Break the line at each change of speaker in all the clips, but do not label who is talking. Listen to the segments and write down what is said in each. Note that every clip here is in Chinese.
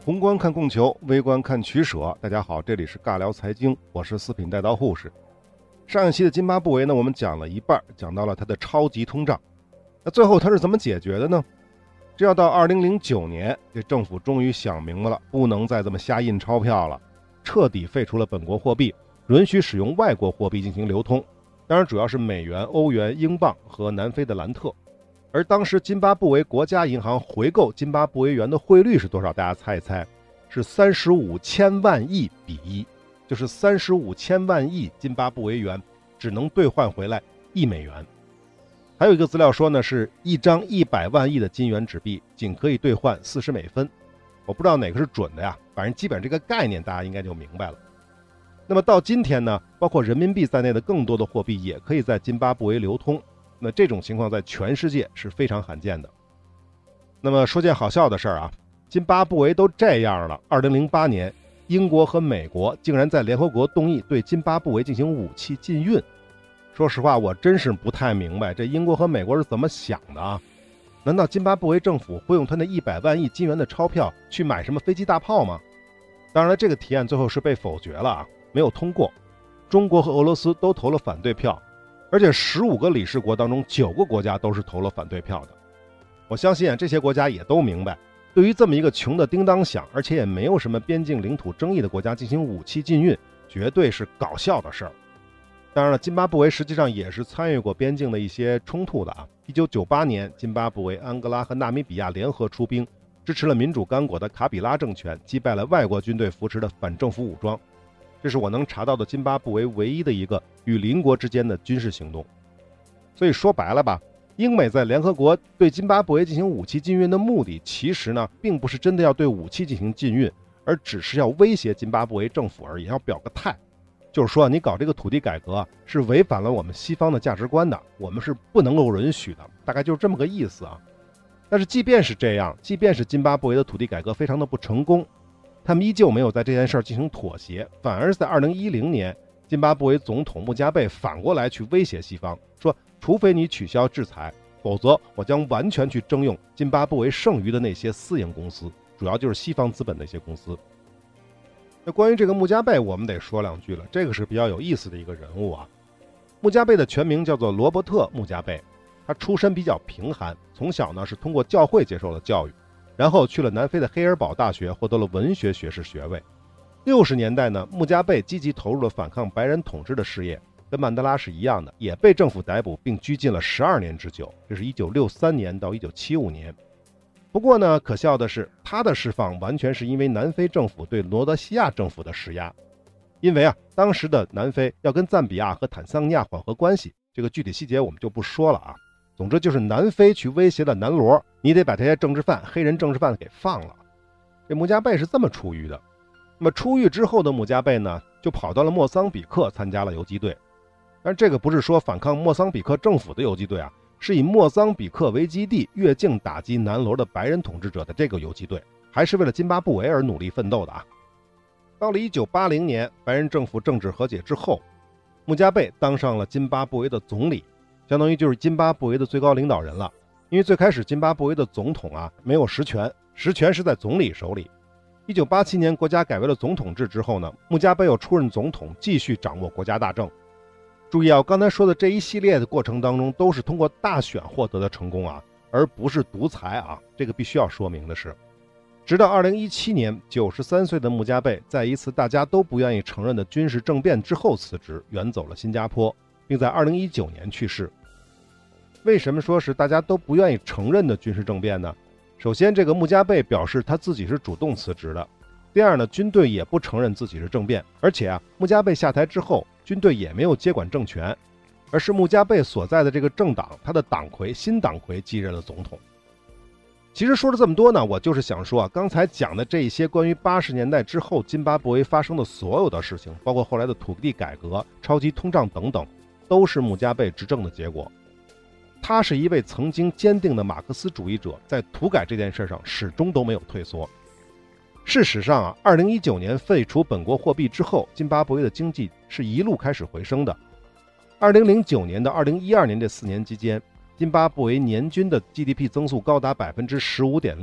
宏观看供求，微观看取舍。大家好，这里是尬聊财经，我是四品带刀护士。上一期的津巴布韦呢，我们讲了一半，讲到了它的超级通胀。那最后它是怎么解决的呢？这要到2009年，这政府终于想明白了，不能再这么瞎印钞票了，彻底废除了本国货币，允许使用外国货币进行流通。当然主要是美元、欧元、英镑和南非的兰特。而当时津巴布韦国家银行回购津巴布韦元的汇率是多少？大家猜一猜，是35千万亿比1，就是35千万亿津巴布韦元只能兑换回来1美元。还有一个资料说呢，是一张100万亿的金元纸币仅可以兑换40美分。我不知道哪个是准的呀，反正基本这个概念大家应该就明白了。那么到今天呢，包括人民币在内的更多的货币也可以在津巴布韦流通。那这种情况在全世界是非常罕见的。那么说件好笑的事儿啊，津巴布韦都这样了，2008年英国和美国竟然在联合国动议对津巴布韦进行武器禁运。说实话，我真是不太明白这英国和美国是怎么想的啊？难道津巴布韦政府会用他那100万亿金元的钞票去买什么飞机大炮吗？当然了，这个提案最后是被否决了啊，没有通过。中国和俄罗斯都投了反对票，而且15个理事国当中9个国家都是投了反对票的。我相信这些国家也都明白，对于这么一个穷的叮当响，而且也没有什么边境领土争议的国家进行武器禁运，绝对是搞笑的事儿。当然了，津巴布韦实际上也是参与过边境的一些冲突的啊。1998年，津巴布韦、安哥拉和纳米比亚联合出兵，支持了民主刚果的卡比拉政权，击败了外国军队扶持的反政府武装。这是我能查到的津巴布韦唯一的一个与邻国之间的军事行动。所以说白了吧，英美在联合国对津巴布韦进行武器禁运的目的，其实呢，并不是真的要对武器进行禁运，而只是要威胁津巴布韦政府而已，要表个态。就是说，你搞这个土地改革是违反了我们西方的价值观的，我们是不能够允许的，大概就是这么个意思啊。但是即便是这样，即便是津巴布韦的土地改革非常的不成功，他们依旧没有在这件事儿进行妥协，反而是在2010年，津巴布韦总统穆加贝反过来去威胁西方，说除非你取消制裁，否则我将完全去征用津巴布韦剩余的那些私营公司，主要就是西方资本的一些公司。那关于这个穆加贝，我们得说两句了，这个是比较有意思的一个人物啊。穆加贝的全名叫做罗伯特·穆加贝，他出身比较贫寒，从小呢是通过教会接受了教育，然后去了南非的黑尔堡大学，获得了文学学士学位。60年代呢，穆加贝积极投入了反抗白人统治的事业，跟曼德拉是一样的，也被政府逮捕并拘禁了12年之久，这是1963年到1975年。不过呢，可笑的是，他的释放完全是因为南非政府对罗德西亚政府的施压。因为当时的南非要跟赞比亚和坦桑尼亚缓和关系，这个具体细节我们就不说了啊。总之就是南非去威胁了南罗，你得把这些政治犯、黑人政治犯给放了。这穆加贝是这么出狱的。那么出狱之后的穆加贝呢，就跑到了莫桑比克参加了游击队。但这个不是说反抗莫桑比克政府的游击队啊，是以莫桑比克为基地，越境打击南罗的白人统治者的这个游击队，还是为了津巴布韦而努力奋斗的啊。到了1980年，白人政府政治和解之后，穆加贝当上了津巴布韦的总理，相当于就是津巴布韦的最高领导人了。因为最开始津巴布韦的总统没有实权，实权是在总理手里。1987年国家改为了总统制之后呢，穆加贝又出任总统，继续掌握国家大政。注意我刚才说的这一系列的过程当中，都是通过大选获得的成功而不是独裁这个必须要说明的是。直到2017年，93岁的穆加贝在一次大家都不愿意承认的军事政变之后辞职，远走了新加坡，并在2019年去世。为什么说是大家都不愿意承认的军事政变呢？首先，这个穆加贝表示他自己是主动辞职的。第二呢，军队也不承认自己是政变，而且穆加贝下台之后，军队也没有接管政权，而是穆加贝所在的这个政党，他的党魁新党魁继任了总统。其实说了这么多呢，我就是想说刚才讲的这一些关于80年代之后津巴布韦发生的所有的事情，包括后来的土地改革、超级通胀等等，都是穆加贝执政的结果。他是一位曾经坚定的马克思主义者，在土改这件事上始终都没有退缩。事实上2019年废除本国货币之后，津巴布韦的经济是一路开始回升的。2009年到2012年这4年期间，津巴布韦年均的 GDP 增速高达 15.6%，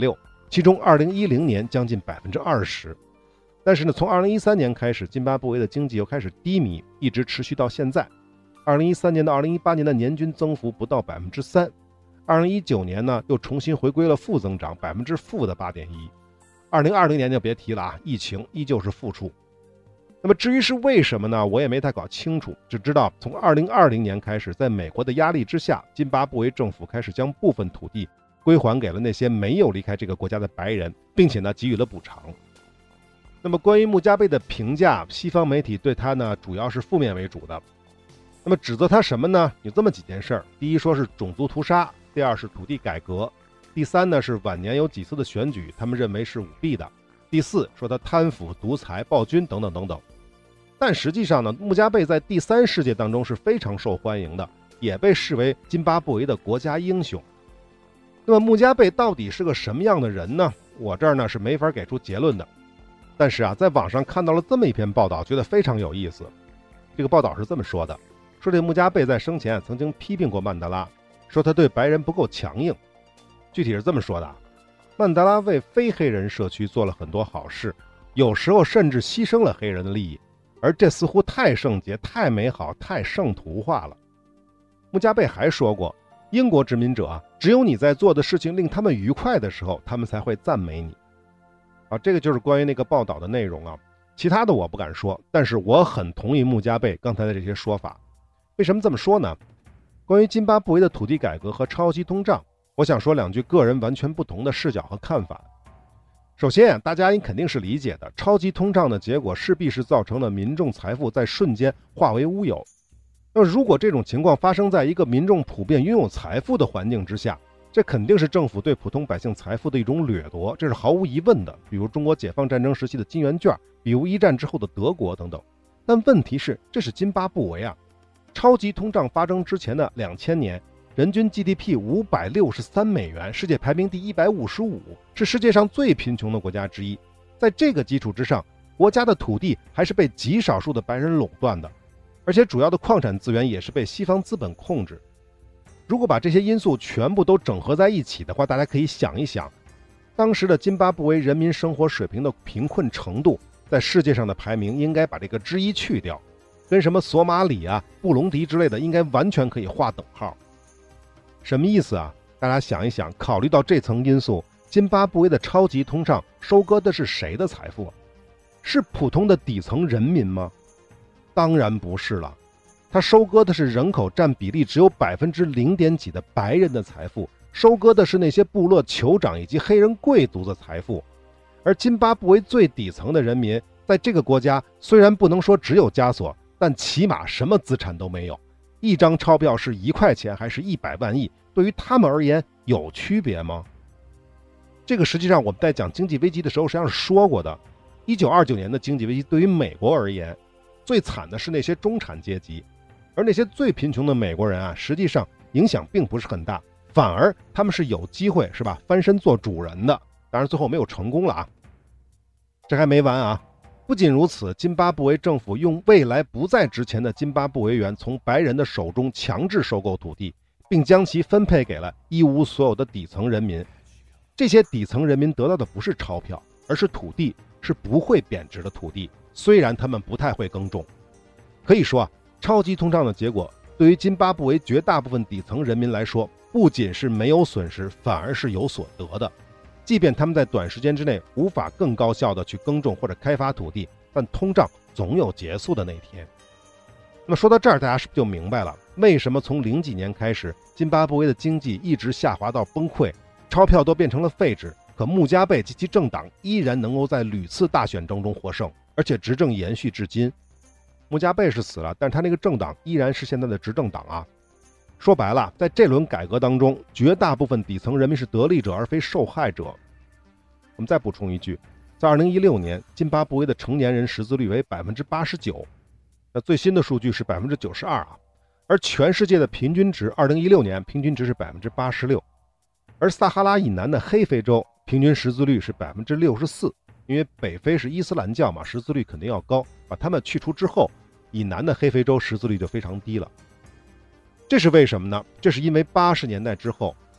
其中2010年将近20%。但是呢，从2013年开始，津巴布韦的经济又开始低迷，一直持续到现在。2013年到2018年的年均增幅不到3%，2019年呢又重新回归了负增长-8.1%，2020年就别提了啊，疫情依旧是负数。那么至于是为什么呢，我也没太搞清楚，只知道从2020年开始，在美国的压力之下，津巴布韦政府开始将部分土地归还给了那些没有离开这个国家的白人，并且呢给予了补偿。那么关于穆加贝的评价，西方媒体对他呢主要是负面为主的。那么指责他什么呢？有这么几件事儿：第一说是种族屠杀，第二是土地改革，第三呢是晚年有几次的选举他们认为是舞弊的，第四说他贪腐独裁暴君等等等等。但实际上呢，穆加贝在第三世界当中是非常受欢迎的，也被视为津巴布韦的国家英雄。那么穆加贝到底是个什么样的人呢？我这儿呢是没法给出结论的。但是啊，在网上看到了这么一篇报道，觉得非常有意思。这个报道是这么说的，说这穆加贝在生前曾经批评过曼德拉，说他对白人不够强硬。具体是这么说的，曼德拉为非黑人社区做了很多好事，有时候甚至牺牲了黑人的利益，而这似乎太圣洁、太美好、太圣徒化了。穆加贝还说过，英国殖民者啊，只有你在做的事情令他们愉快的时候，他们才会赞美你。这个就是关于那个报道的内容啊。其他的我不敢说，但是我很同意穆加贝刚才的这些说法。为什么这么说呢？关于津巴布韦的土地改革和超级通胀，我想说两句个人完全不同的视角和看法。首先大家肯定是理解的，超级通胀的结果势必是造成了民众财富在瞬间化为乌有。那么如果这种情况发生在一个民众普遍拥有财富的环境之下，这肯定是政府对普通百姓财富的一种掠夺，这是毫无疑问的。比如中国解放战争时期的金元券，比如一战之后的德国等等。但问题是，这是津巴布韦啊。超级通胀发生之前的2000年，人均 GDP 563美元，世界排名第155，是世界上最贫穷的国家之一。在这个基础之上，国家的土地还是被极少数的白人垄断的，而且主要的矿产资源也是被西方资本控制。如果把这些因素全部都整合在一起的话，大家可以想一想，当时的津巴布韦人民生活水平的贫困程度，在世界上的排名应该把这个之一去掉，跟什么索马里啊、布隆迪之类的应该完全可以划等号。什么意思啊？大家想一想，考虑到这层因素，津巴布韦的超级通胀收割的是谁的财富？是普通的底层人民吗？当然不是了。他收割的是人口占比例只有0.几的白人的财富，收割的是那些部落酋长以及黑人贵族的财富。而津巴布韦最底层的人民，在这个国家虽然不能说只有枷锁，但起码什么资产都没有。一张钞票是1块钱还是100万亿，对于他们而言有区别吗？这个实际上我们在讲经济危机的时候实际上是说过的。1929年的经济危机对于美国而言，最惨的是那些中产阶级，而那些最贫穷的美国人啊，实际上影响并不是很大，反而他们是有机会是吧翻身做主人的。当然最后没有成功了啊。这还没完啊！不仅如此，津巴布韦政府用未来不再值钱的津巴布韦元从白人的手中强制收购土地，并将其分配给了一无所有的底层人民。这些底层人民得到的不是钞票，而是土地，是不会贬值的土地，虽然他们不太会耕种。可以说啊，超级通胀的结果对于津巴布韦绝大部分底层人民来说，不仅是没有损失，反而是有所得的。即便他们在短时间之内无法更高效地去耕种或者开发土地，但通胀总有结束的那天。那么说到这儿，大家是不是就明白了为什么从00几年开始，津巴布韦的经济一直下滑到崩溃，钞票都变成了废纸，可穆加贝及其政党依然能够在屡次大选当中获胜，而且执政延续至今。穆加贝是死了，但是他那个政党依然是现在的执政党啊。说白了，在这轮改革当中，绝大部分底层人民是得利者而非受害者。我们再补充一句，在2016年，津巴布韦的成年人识字率为 89%， 那最新的数据是 92% 啊。而全世界的平均值2016年平均值是 86%， 而撒哈拉以南的黑非洲平均识字率是 64%， 因为北非是伊斯兰教嘛，识字率肯定要高，把他们去除之后，以南的黑非洲识字率就非常低了。这是为什么呢？这是因为80年代之后，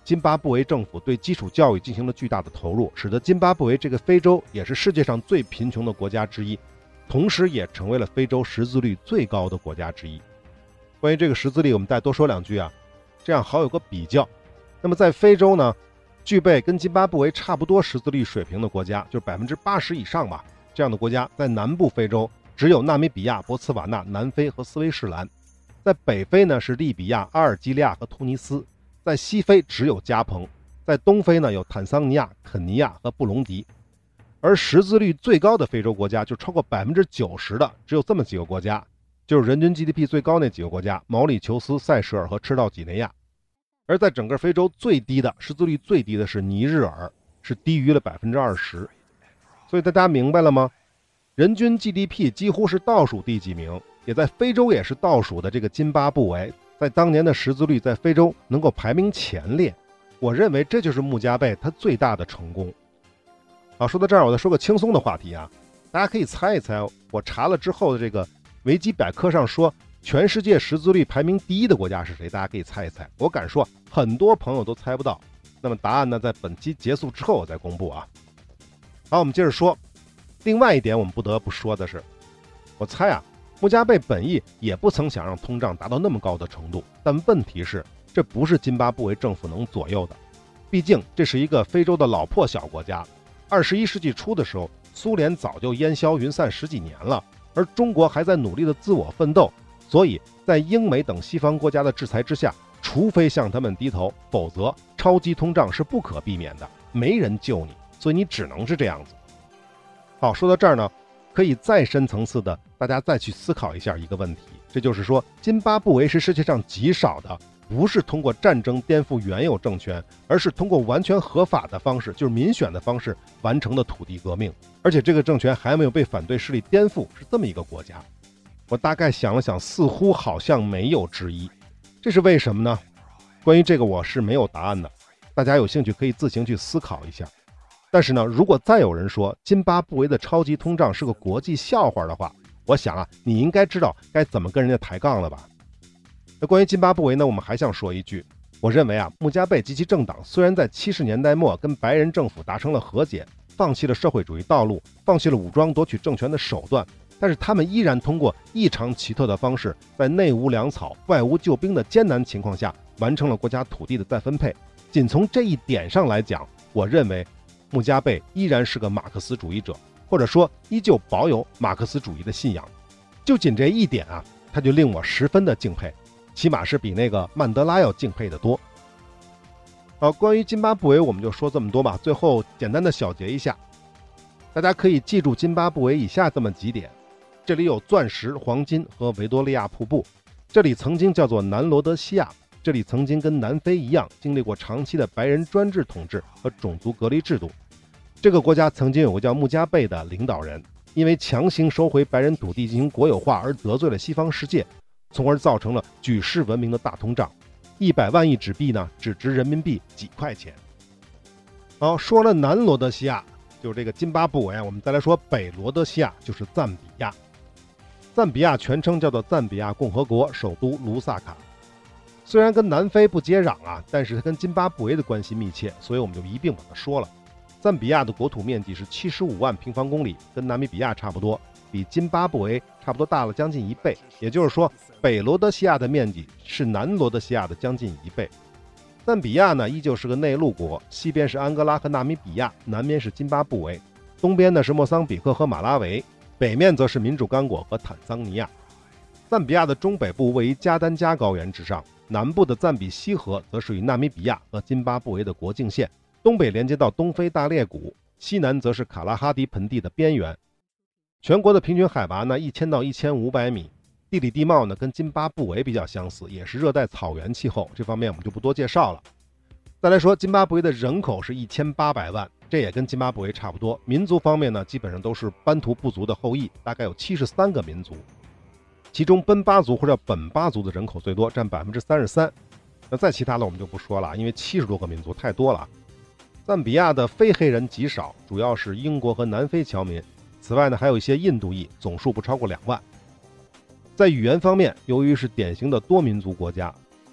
津巴布韦政府对基础教育进行了巨大的投入，使得津巴布韦这个非洲也是世界上最贫穷的国家之一，同时也成为了非洲识字率最高的国家之一。关于这个识字率，我们再多说两句啊，这样好有个比较。那么在非洲呢，具备跟津巴布韦差不多识字率水平的国家，就是80%以上吧，这样的国家在南部非洲只有纳米比亚、博茨瓦纳、南非和斯威士兰。在北非呢是利比亚、阿尔及利亚和突尼斯。在西非只有加蓬，在东非呢有坦桑尼亚、肯尼亚和布隆迪。而识字率最高的非洲国家，就超过90%的，只有这么几个国家，就是人均 GDP 最高那几个国家：毛里求斯、塞舌尔和赤道几内亚。而在整个非洲最低的识字率最低的是尼日尔，是低于了20%。所以大家明白了吗？人均 GDP 几乎是倒数第几名，也在非洲也是倒数的这个津巴布韦，在当年的识字率在非洲能够排名前列。我认为这就是穆加贝他最大的成功。好，说到这儿，我再说个轻松的话题啊，大家可以猜一猜，我查了之后的这个维基百科上说全世界识字率排名第一的国家是谁？大家可以猜一猜。我敢说很多朋友都猜不到。那么答案呢，在本期结束之后我再公布啊。好，我们接着说。另外一点我们不得不说的是，我猜啊，穆加贝本意也不曾想让通胀达到那么高的程度，但问题是这不是津巴布韦政府能左右的。毕竟这是一个非洲的老破小国家，21世纪初的时候苏联早就烟消云散10几年了，而中国还在努力的自我奋斗，所以在英美等西方国家的制裁之下，除非向他们低头，否则超级通胀是不可避免的，没人救你，所以你只能是这样子。好，说到这儿呢，可以再深层次的大家再去思考一下一个问题，这就是说津巴布韦是世界上极少的不是通过战争颠覆原有政权，而是通过完全合法的方式，就是民选的方式完成的土地革命，而且这个政权还没有被反对势力颠覆，是这么一个国家。我大概想了想，似乎好像没有之一，这是为什么呢？关于这个我是没有答案的，大家有兴趣可以自行去思考一下。但是呢，如果再有人说津巴布韦的超级通胀是个国际笑话的话，我想啊，你应该知道该怎么跟人家抬杠了吧。那关于津巴布韦呢，我们还想说一句，我认为啊，穆加贝及其政党虽然在70年代末跟白人政府达成了和解，放弃了社会主义道路，放弃了武装夺取政权的手段，但是他们依然通过异常奇特的方式，在内无粮草外无救兵的艰难情况下，完成了国家土地的再分配。仅从这一点上来讲，我认为穆加贝依然是个马克思主义者，或者说依旧保有马克思主义的信仰。就仅这一点啊，他就令我十分的敬佩，起码是比那个曼德拉要敬佩的多。好，关于津巴布韦我们就说这么多吧。最后简单的小结一下，大家可以记住津巴布韦以下这么几点：这里有钻石、黄金和维多利亚瀑布，这里曾经叫做南罗德西亚，这里曾经跟南非一样经历过长期的白人专制统治和种族隔离制度。这个国家曾经有个叫穆加贝的领导人，因为强行收回白人土地进行国有化而得罪了西方世界，从而造成了举世闻名的大通胀，100万亿纸币呢只值人民币几块钱。好，说了南罗德西亚，就是这个津巴布韦，我们再来说北罗德西亚，就是赞比亚。赞比亚全称叫做赞比亚共和国，首都卢萨卡。虽然跟南非不接壤啊，但是它跟津巴布韦的关系密切，所以我们就一并把它说了。赞比亚的国土面积是75万平方公里，跟纳米比亚差不多，比津巴布韦差不多大了将近1倍。也就是说，北罗德西亚的面积是南罗德西亚的将近1倍。赞比亚呢依旧是个内陆国，西边是安哥拉和纳米比亚，南边是津巴布韦，东边呢是莫桑比克和马拉维，北面则是民主刚果和坦桑尼亚。赞比亚的中北部位于加丹加高原之上，南部的赞比西河则是与纳米比亚和津巴布韦的国境线，东北连接到东非大裂谷，西南则是卡拉哈迪盆地的边缘。全国的平均海拔呢1000到1500米，地理地貌呢跟津巴布韦比较相似，也是热带草原气候，这方面我们就不多介绍了。再来说津巴布韦的人口是1800万，这也跟津巴布韦差不多。民族方面呢基本上都是班图部族的后裔，大概有73个民族，其中奔巴族或者本巴族的人口最多，占33%。那再其他的我们就不说了，因为70多个民族太多了。赞比亚的非黑人极少，主要是英国和南非侨民，此外呢还有一些印度裔，总数不超过2万。在语言方面，由于是典型的多民族国家，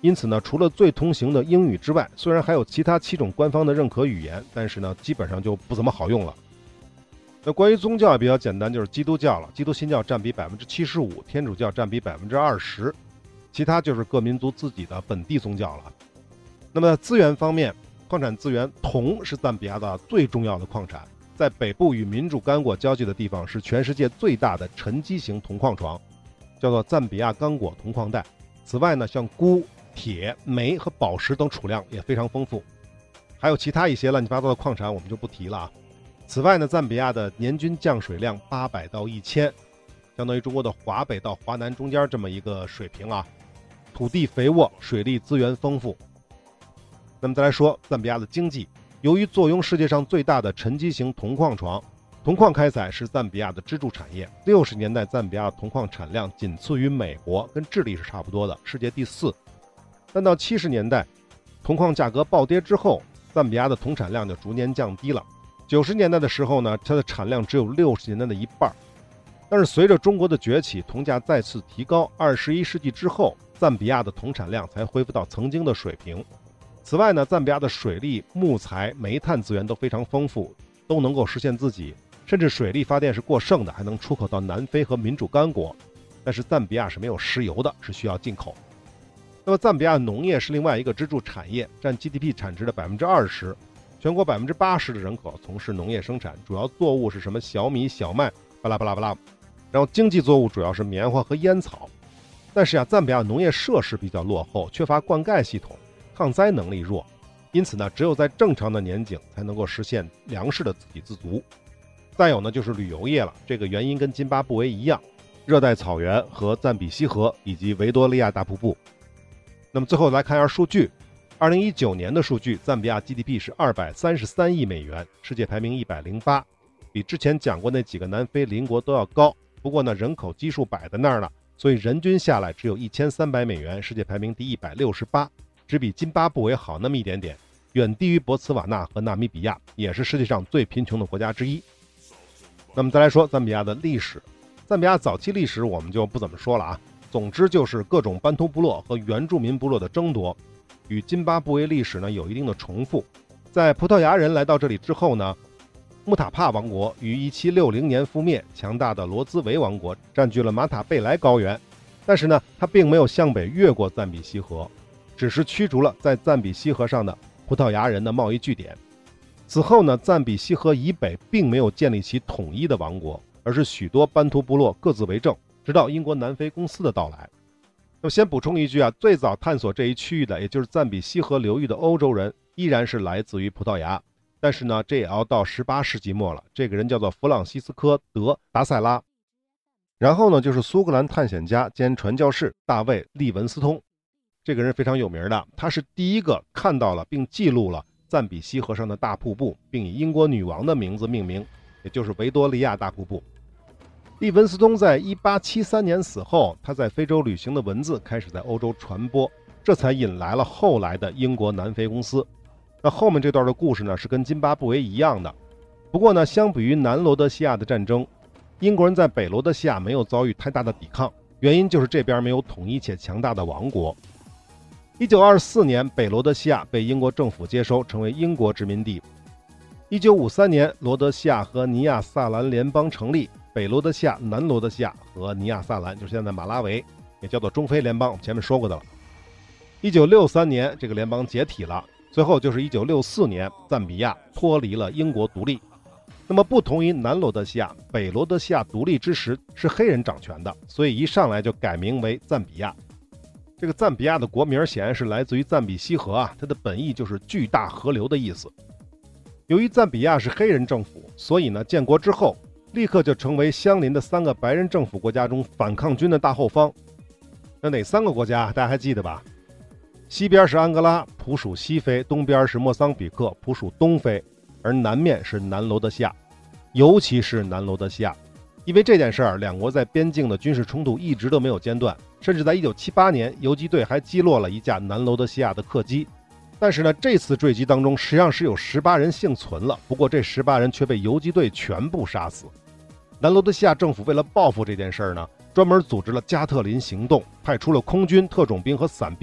因此呢，除了最通行的英语之外，虽然还有其他7种官方的认可语言，但是呢，基本上就不怎么好用了。那关于宗教也比较简单，就是基督教了，基督新教占比75%，天主教占比20%，其他就是各民族自己的本地宗教了。那么资源方面，矿产资源，铜是赞比亚的最重要的矿产，在北部与民主刚果交界的地方是全世界最大的沉积型铜矿床，叫做赞比亚刚果铜矿带。此外呢，像钴、铁、镁和宝石等储量也非常丰富，还有其他一些乱七八糟的矿产我们就不提了啊。此外呢，赞比亚的年均降水量800到1000，相当于中国的华北到华南中间这么一个水平啊。土地肥沃，水利资源丰富。那么再来说赞比亚的经济，由于坐拥世界上最大的沉积型铜矿床，铜矿开采是赞比亚的支柱产业。60年代赞比亚的铜矿产量仅次于美国，跟智利是差不多的，世界第4。但到70年代，铜矿价格暴跌之后，赞比亚的铜产量就逐年降低了。90年代的时候呢，它的产量只有60年代的一半。但是随着中国的崛起，铜价再次提高，21世纪之后，赞比亚的铜产量才恢复到曾经的水平。此外呢，赞比亚的水利、木材、煤炭资源都非常丰富，都能够实现自己，甚至水力发电是过剩的，还能出口到南非和民主刚果。但是赞比亚是没有石油的，是需要进口。那么赞比亚农业是另外一个支柱产业，占 GDP 产值的20%，全国80%的人口从事农业生产，主要作物是什么小米、小麦，巴拉巴拉巴拉。然后经济作物主要是棉花和烟草。但是赞比亚农业设施比较落后，缺乏灌溉系统，抗灾能力弱，因此呢，只有在正常的年景才能够实现粮食的自给自足。再有呢，就是旅游业了，这个原因跟津巴布韦一样，热带草原和赞比西河以及维多利亚大瀑布。那么最后来看一下数据，2019年的数据，赞比亚 GDP 是233亿美元，世界排名108，比之前讲过那几个南非邻国都要高。不过呢，人口基数摆在那儿了，所以人均下来只有1300美元，世界排名第168，只比津巴布韦好那么一点点，远低于博茨瓦纳和纳米比亚，也是世界上最贫穷的国家之一。那么再来说赞比亚的历史，赞比亚早期历史我们就不怎么说了啊。总之就是各种班图部落和原住民部落的争夺，与津巴布韦历史呢有一定的重复。在葡萄牙人来到这里之后呢，穆塔帕王国于1760年覆灭，强大的罗兹维王国占据了马塔贝莱高原，但是呢，它并没有向北越过赞比西河，只是驱逐了在赞比西河上的葡萄牙人的贸易据点。此后呢，赞比西河以北并没有建立起统一的王国，而是许多班图部落各自为政，直到英国南非公司的到来。那么先补充一句啊，最早探索这一区域的，也就是赞比西河流域的欧洲人，依然是来自于葡萄牙。但是呢，这也要到18世纪末了。这个人叫做弗朗西斯科·德达塞拉。然后呢，就是苏格兰探险家兼传教士大卫·利文斯通。这个人非常有名的，他是第一个看到了并记录了赞比西河上的大瀑布，并以英国女王的名字命名，也就是维多利亚大瀑布。利文斯通在1873年死后，他在非洲旅行的文字开始在欧洲传播，这才引来了后来的英国南非公司。那后面这段的故事呢，是跟津巴布韦一样的。不过呢，相比于南罗德西亚的战争，英国人在北罗德西亚没有遭遇太大的抵抗，原因就是这边没有统一且强大的王国。1924年，北罗德西亚被英国政府接收，成为英国殖民地。1953年，罗德西亚和尼亚萨兰联邦成立，北罗德西亚、南罗德西亚和尼亚萨兰，就是现在马拉维，也叫做中非联邦，我们前面说过的了。1963年，这个联邦解体了。最后就是1964年，赞比亚脱离了英国独立。那么不同于南罗德西亚，北罗德西亚独立之时是黑人掌权的，所以一上来就改名为赞比亚。这个赞比亚的国名显然是来自于赞比西河啊，它的本意就是巨大河流的意思。由于赞比亚是黑人政府，所以呢，建国之后立刻就成为相邻的3个白人政府国家中反抗军的大后方。那哪3个国家大家还记得吧？西边是安哥拉，普属西非；东边是莫桑比克，普属东非；而南面是南罗德西亚，尤其是南罗德西亚。因为这件事儿，两国在边境的军事冲突一直都没有间断，甚至在1978年，游击队还击落了一架南罗德西亚的客机。但是呢，这次坠机当中实际上是有18人幸存了，不过这18人却被游击队全部杀死。南罗德西亚政府为了报复这件事儿呢，专门组织了加特林行动，派出了空军、特种兵和伞兵，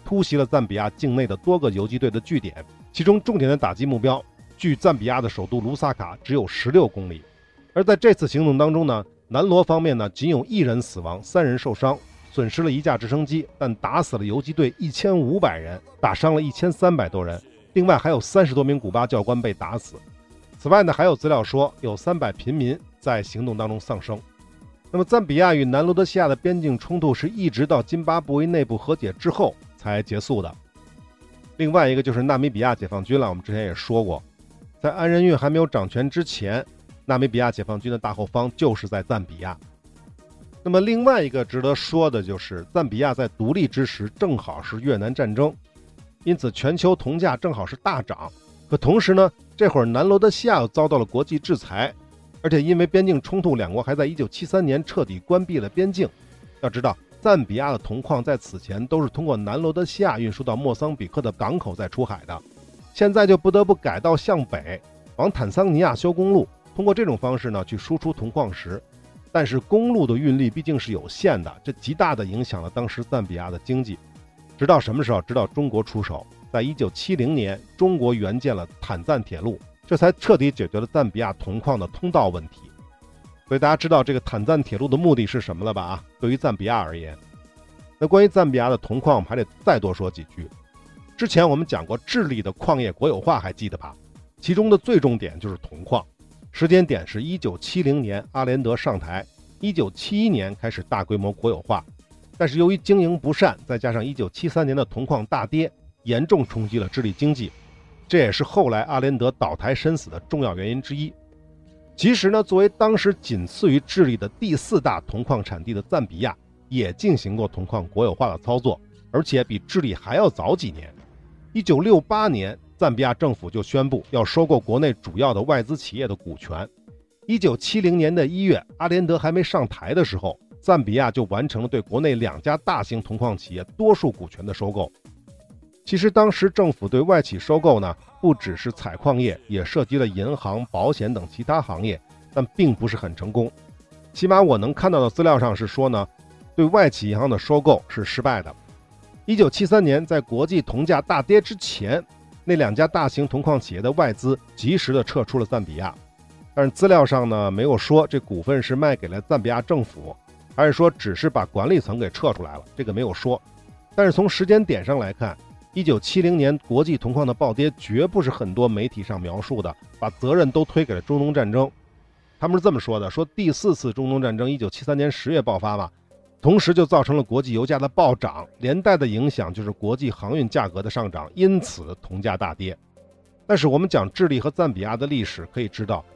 突袭了赞比亚境内的多个游击队的据点，其中重点的打击目标距赞比亚的首都卢萨卡只有16公里。而在这次行动当中呢，南罗方面呢仅有1人死亡，3人受伤，损失了1架直升机，但打死了游击队1500人，打伤了1300多人，另外还有30多名古巴教官被打死。此外呢，还有资料说有300平民在行动当中丧生。那么赞比亚与南罗德西亚的边境冲突是一直到津巴布韦内部和解之后才结束的。另外一个就是纳米比亚解放军了，我们之前也说过，在安仁运还没有掌权之前，纳米比亚解放军的大后方就是在赞比亚。那么另外一个值得说的就是赞比亚在独立之时正好是越南战争，因此全球铜价正好是大涨。可同时呢，这会儿南罗德西亚又遭到了国际制裁，而且因为边境冲突，两国还在1973年彻底关闭了边境。要知道赞比亚的铜矿在此前都是通过南罗德西亚运输到莫桑比克的港口再出海的，现在就不得不改道向北往坦桑尼亚修公路，通过这种方式呢去输出铜矿石。但是公路的运力毕竟是有限的，这极大的影响了当时赞比亚的经济。直到什么时候？直到中国出手，在1970年中国援建了坦赞铁路，这才彻底解决了赞比亚铜矿的通道问题。所以大家知道这个坦赞铁路的目的是什么了吧？对于赞比亚而言，那关于赞比亚的铜矿我们还得再多说几句。之前我们讲过智利的矿业国有化，还记得吧？其中的最重点就是铜矿，时间点是1970年阿连德上台，1971年开始大规模国有化。但是由于经营不善，再加上1973年的铜矿大跌，严重冲击了智利经济，这也是后来阿连德倒台身死的重要原因之一。其实呢，作为当时仅次于智利的第4大铜矿产地的赞比亚，也进行过铜矿国有化的操作，而且比智利还要早几年。1968年，赞比亚政府就宣布要收购国内主要的外资企业的股权。1970年的1月，阿连德还没上台的时候，赞比亚就完成了对国内2家大型铜矿企业多数股权的收购。其实当时政府对外企收购呢，不只是采矿业，也涉及了银行、保险等其他行业，但并不是很成功。起码我能看到的资料上是说呢，对外企银行的收购是失败的。1973年，在国际铜价大跌之前，那2家大型铜矿企业的外资及时的撤出了赞比亚，但是资料上呢没有说这股份是卖给了赞比亚政府，还是说只是把管理层给撤出来了，这个没有说。但是从时间点上来看，1970年国际铜矿的暴跌绝不是很多媒体上描述的，把责任都推给了中东战争。他们是这么说的，说第4次中东战争1973年10月爆发嘛，同时就造成了国际油价的暴涨，连带的影响就是国际航运价格的上涨，因此铜价大跌。但是我们讲智利和赞比亚的历史可以知道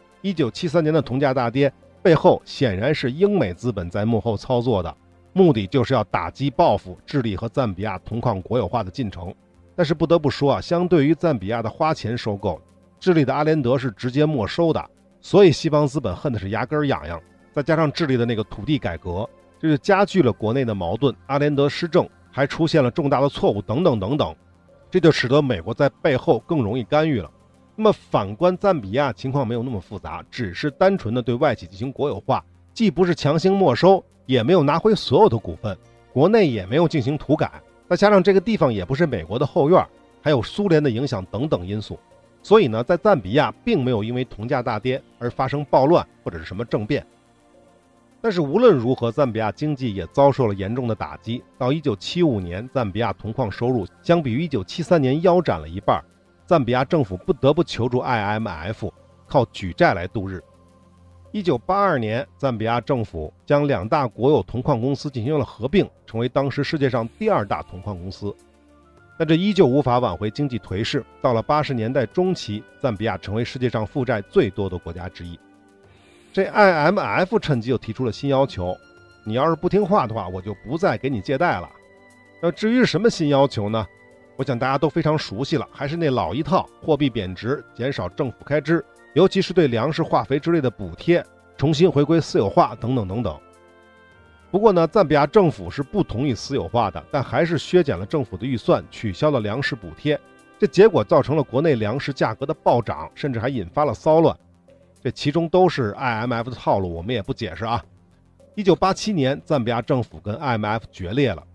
，1973年的铜价大跌背后显然是英美资本在幕后操作的，目的就是要打击报复智利和赞比亚铜矿国有化的进程。但是不得不说啊，相对于赞比亚的花钱收购，智利的阿连德是直接没收的，所以西方资本恨的是牙根痒痒。再加上智利的那个土地改革，这就加剧了国内的矛盾，阿连德施政还出现了重大的错误等等等等，这就使得美国在背后更容易干预了。那么反观赞比亚情况没有那么复杂，只是单纯的对外企进行国有化，既不是强行没收，也没有拿回所有的股份，国内也没有进行土改，再加上这个地方也不是美国的后院，还有苏联的影响等等因素，所以呢，在赞比亚并没有因为铜价大跌而发生暴乱或者是什么政变。但是无论如何，赞比亚经济也遭受了严重的打击。到1975年，赞比亚铜矿收入相比于1973年腰斩了一半，赞比亚政府不得不求助 IMF， 靠举债来度日。1982年，赞比亚政府将2大国有铜矿公司进行了合并，成为当时世界上第2大铜矿公司。但这依旧无法挽回经济颓势。到了80年代中期，赞比亚成为世界上负债最多的国家之一。这 IMF 趁机又提出了新要求，你要是不听话的话，我就不再给你借贷了。那至于是什么新要求呢？我想大家都非常熟悉了，还是那老一套，货币贬值，减少政府开支，尤其是对粮食、化肥之类的补贴，重新回归私有化等等等等。不过呢，赞比亚政府是不同意私有化的，但还是削减了政府的预算，取消了粮食补贴，这结果造成了国内粮食价格的暴涨，甚至还引发了骚乱。这其中都是 IMF 的套路，我们也不解释啊。1987年，赞比亚政府跟 IMF 决裂了，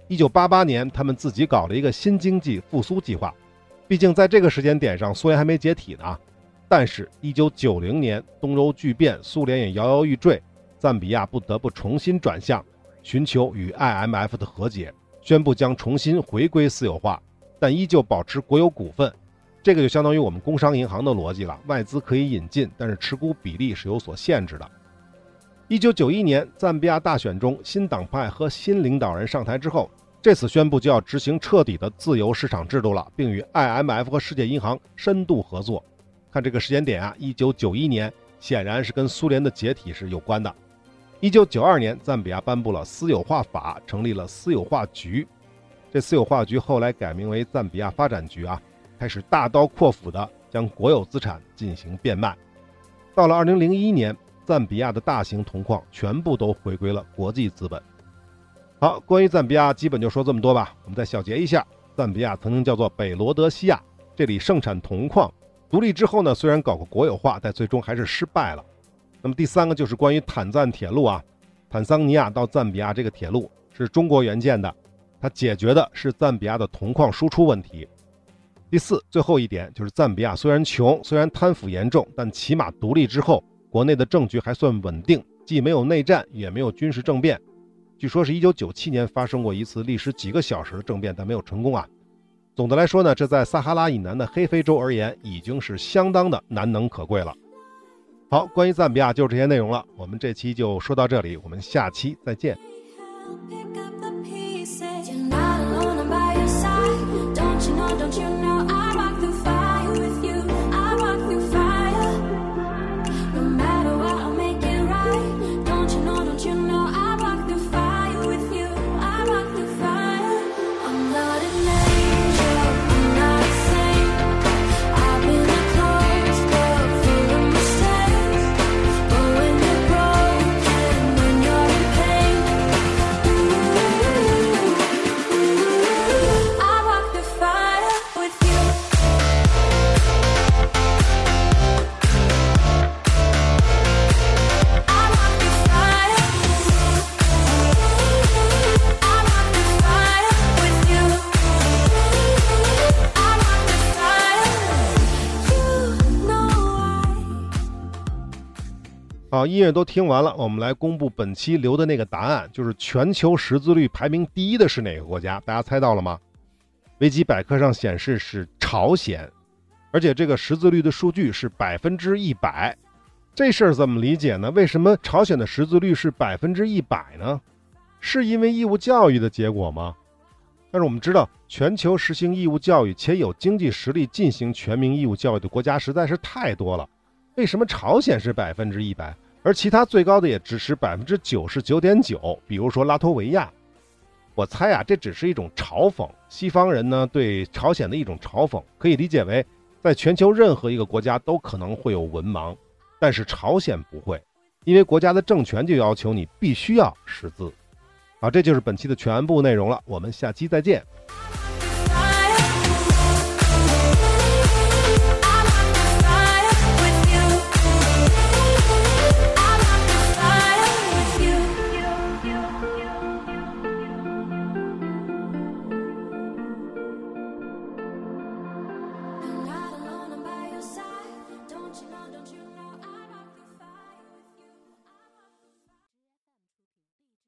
1988年他们自己搞了一个新经济复苏计划，毕竟在这个时间点上苏联还没解体呢。但是1990年东欧剧变，苏联也摇摇欲坠，赞比亚不得不重新转向，寻求与 IMF 的和解，宣布将重新回归私有化，但依旧保持国有股份。这个就相当于我们工商银行的逻辑了，外资可以引进，但是持股比例是有所限制的。1991年赞比亚大选中，新党派和新领导人上台之后，这次宣布就要执行彻底的自由市场制度了，并与 IMF 和世界银行深度合作。看这个时间点啊，1991年显然是跟苏联的解体是有关的。1992年赞比亚颁布了私有化法，成立了私有化局，这私有化局后来改名为赞比亚发展局啊，开始大刀阔斧的将国有资产进行变卖。到了2001年，赞比亚的大型铜矿全部都回归了国际资本。好，关于赞比亚基本就说这么多吧。我们再小结一下，赞比亚曾经叫做北罗德西亚，这里盛产铜矿。独立之后呢，虽然搞过国有化，但最终还是失败了。那么第三个就是关于坦赞铁路啊，坦桑尼亚到赞比亚这个铁路是中国援建的，它解决的是赞比亚的铜矿输出问题。第四，最后一点就是赞比亚虽然穷，虽然贪腐严重，但起码独立之后国内的政局还算稳定，既没有内战也没有军事政变。据说是1997年发生过一次历时几个小时的政变，但没有成功啊。总的来说呢，这在撒哈拉以南的黑非洲而言已经是相当的难能可贵了。好，关于赞比亚就是这些内容了，我们这期就说到这里，我们下期再见。好，音乐都听完了，我们来公布本期留的那个答案，就是全球识字率排名第一的是哪个国家？大家猜到了吗？维基百科上显示是朝鲜，而且这个识字率的数据是100%。这事儿怎么理解呢？为什么朝鲜的识字率是100%呢？是因为义务教育的结果吗？但是我们知道，全球实行义务教育且有经济实力进行全民义务教育的国家实在是太多了。为什么朝鲜是100%，而其他最高的也只是99.9%？比如说拉脱维亚。我猜啊，这只是一种嘲讽，西方人呢对朝鲜的一种嘲讽，可以理解为在全球任何一个国家都可能会有文盲，但是朝鲜不会，因为国家的政权就要求你必须要识字。好，这就是本期的全部内容了，我们下期再见。